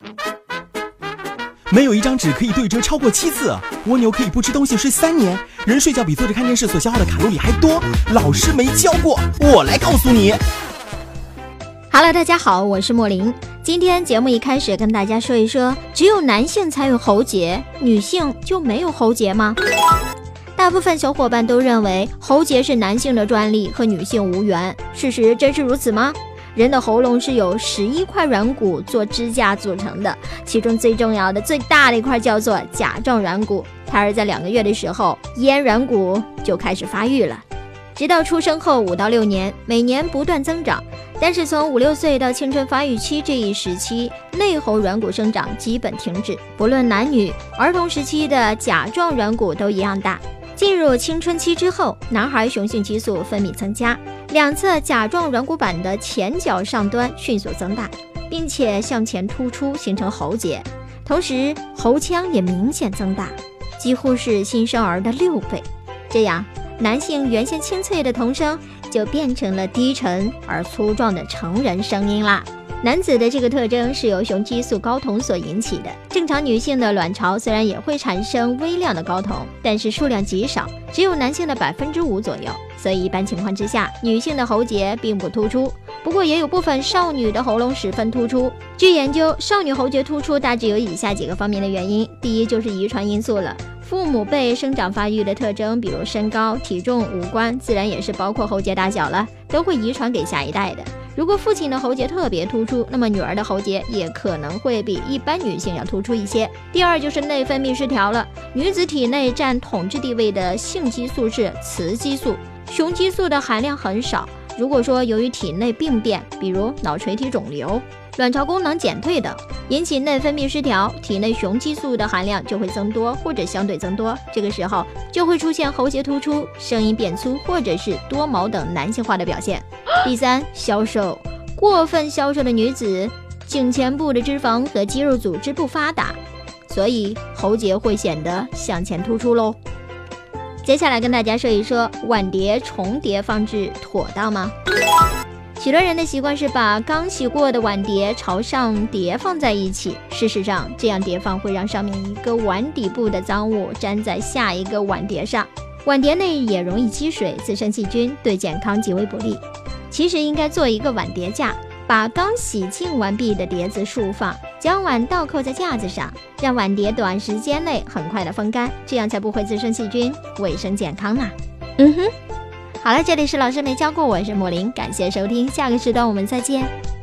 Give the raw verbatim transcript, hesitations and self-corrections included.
没有一张纸可以对折超过七次，蜗牛可以不吃东西睡三年，人睡觉比坐着看电视所消耗的卡路里还多。老师没教过，我来告诉你。 Hello， 大家好，我是莫林。今天节目一开始跟大家说一说，只有男性才有喉结，女性就没有喉结吗？大部分小伙伴都认为喉结是男性的专利，和女性无缘。事实真是如此吗？人的喉咙是由十一块软骨做支架组成的，其中最重要的最大的一块叫做甲状软骨。胎儿在两个月的时候，咽软骨就开始发育了，直到出生后五到六年，每年不断增长。但是从五六岁到青春发育期这一时期，内喉软骨生长基本停止。不论男女，儿童时期的甲状软骨都一样大。进入青春期之后，男孩雄性激素分泌增加，两侧甲状软骨板的前角上端迅速增大，并且向前突出，形成喉结。同时喉腔也明显增大，几乎是新生儿的六倍。这样男性原先清脆的童声就变成了低沉而粗壮的成人声音啦。男子的这个特征是由雄激素睾酮所引起的。正常女性的卵巢虽然也会产生微量的睾酮，但是数量极少，只有男性的百分之五左右。所以一般情况之下，女性的喉结并不突出。不过也有部分少女的喉咙十分突出。据研究，少女喉结突出大致有以下几个方面的原因。第一就是遗传因素了。父母辈生长发育的特征，比如身高、体重、五官，自然也是包括喉结大小了，都会遗传给下一代的。如果父亲的喉结特别突出，那么女儿的喉结也可能会比一般女性要突出一些。第二就是内分泌失调了。女子体内占统治地位的性激素是雌激素，雄激素的含量很少。如果说由于体内病变，比如脑垂体肿瘤、卵巢功能减退等，引起内分泌失调，体内雄激素的含量就会增多或者相对增多，这个时候就会出现喉结突出、声音变粗或者是多毛等男性化的表现。第三，消瘦。过分消瘦的女子，颈前部的脂肪和肌肉组织不发达，所以喉结会显得向前突出咯。接下来跟大家说一说，碗碟重叠放置妥当吗？许多人的习惯是把刚洗过的碗碟朝上叠放在一起，事实上这样叠放会让上面一个碗底部的脏物粘在下一个碗碟上，碗碟内也容易积水，滋生细菌，对健康极为不利。其实应该做一个碗碟架，把刚洗净完毕的碟子竖放，将碗倒扣在架子上，让碗碟短时间内很快的风干，这样才不会滋生细菌，卫生健康呢。嗯哼，好了，这里是老师没教过，我是莫林，感谢收听，下个时段我们再见。